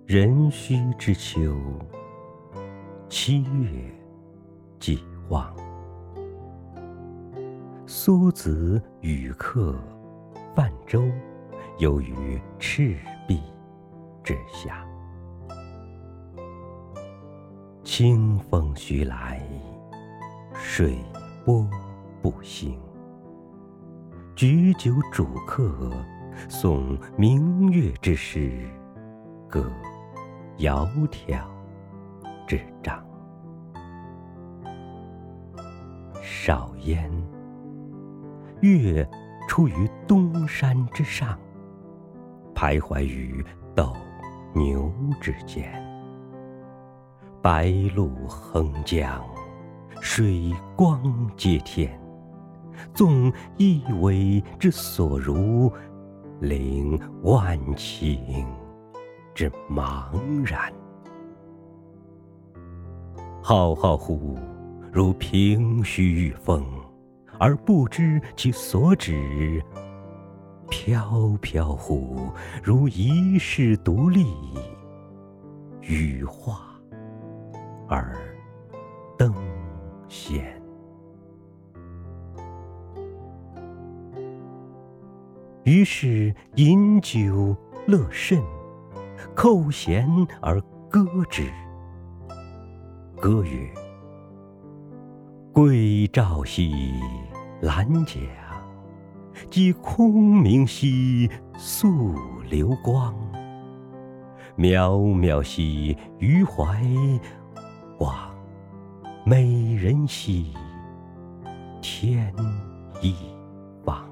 壬戌之秋，7月既望。苏子与客泛舟，游于赤壁之下。清风徐来，水波不兴。举酒属客，诵明月之时，歌窈窕之章。少焉，月出于东山之上，徘徊于斗牛之间。白露横江，水光接天。纵一苇之所如，凌万顷之茫然。浩浩乎如凭虚御风，而不知其所止；飘飘乎如遗世独立，羽化而登仙。于是饮酒乐甚，扣舷而歌之。歌曰：桂棹兮兰桨，击空明兮溯流光。渺渺兮予怀，望美人兮天一方。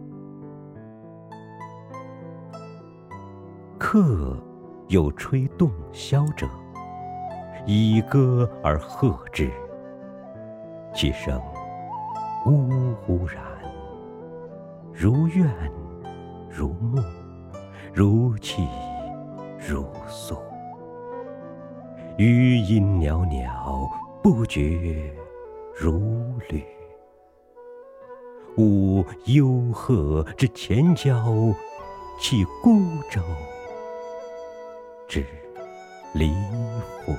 客有吹洞箫者，以歌而和之。其声呜呼然，如怨如慕，如泣如诉。余音袅袅，不绝如律。吾幽壑之潜蛟，弃孤舟之离妇。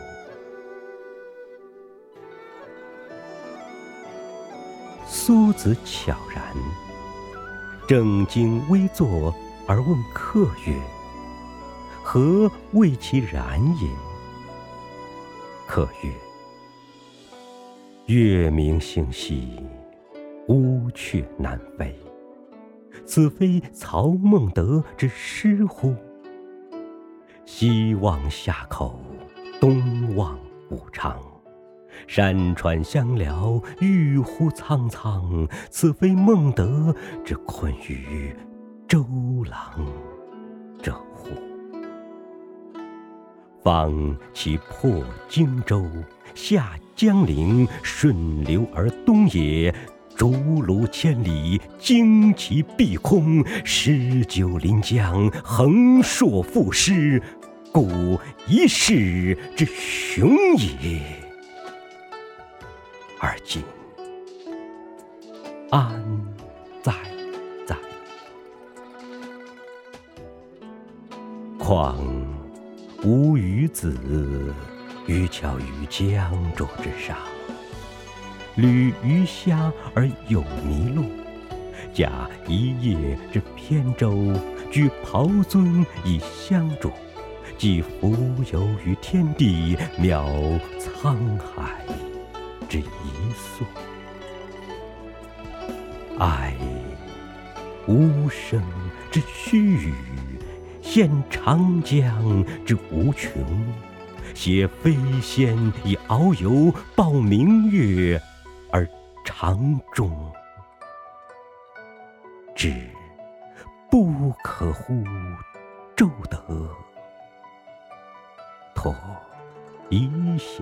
苏子悄然，正襟危坐而问客曰：何谓其然也？客曰：月明星稀，乌鹊南飞。此非曹孟德之诗乎？西望夏口，东望武昌。山川相辽，郁乎苍苍。此非孟德之困于周郎者乎？方其破荆州，下江陵，顺流而东也。逐鹿千里，旌旗蔽空，诗酒临江，横槊赋诗，故一世之雄也。而今安在哉？况吾与子渔樵于江渚之上，侣鱼虾而友麋鹿，驾一叶之扁舟，举匏樽以相助，既浮游于天地，渺沧海之一粟。哀吾生之须臾，羡长江之无穷。挟飞仙以遨游，抱明月而长终。至不可乎骤得，托遗响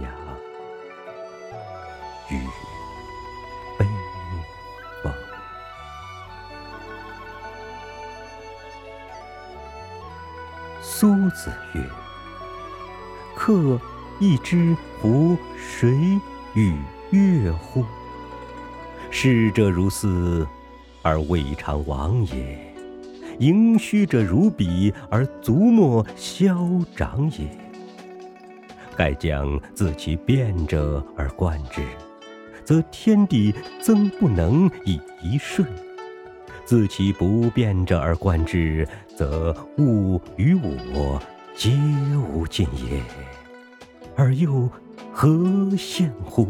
于悲风。苏子曰：客亦知夫谁与乐乎？逝者如斯，而未尝往也。 盈虚者如彼，而足莫消长也。盖将自其变者而观之，则天地曾不能以一瞬；自其不变者而观之，则物与我皆无尽也。而又何羡乎？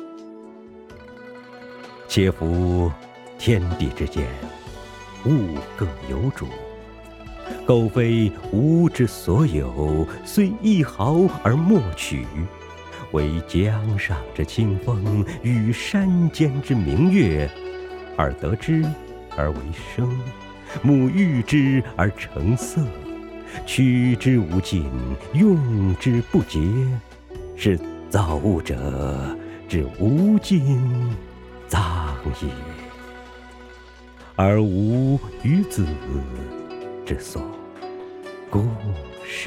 且夫天地之间，物各有主，苟非吾之所有，虽一毫而莫取。惟江上之清风，与山间之明月，耳得之而为声，目遇之而成色，取之无尽，用之不竭，是造物者之无尽藏也，而吾与子之所故事。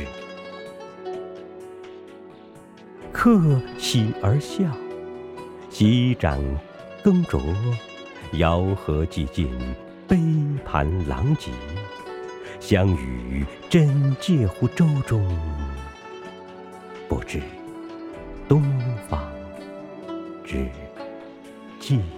客喜而笑，席盏羹酌，肴核既尽，杯盘狼藉。相与真介乎舟中，不知东方之既。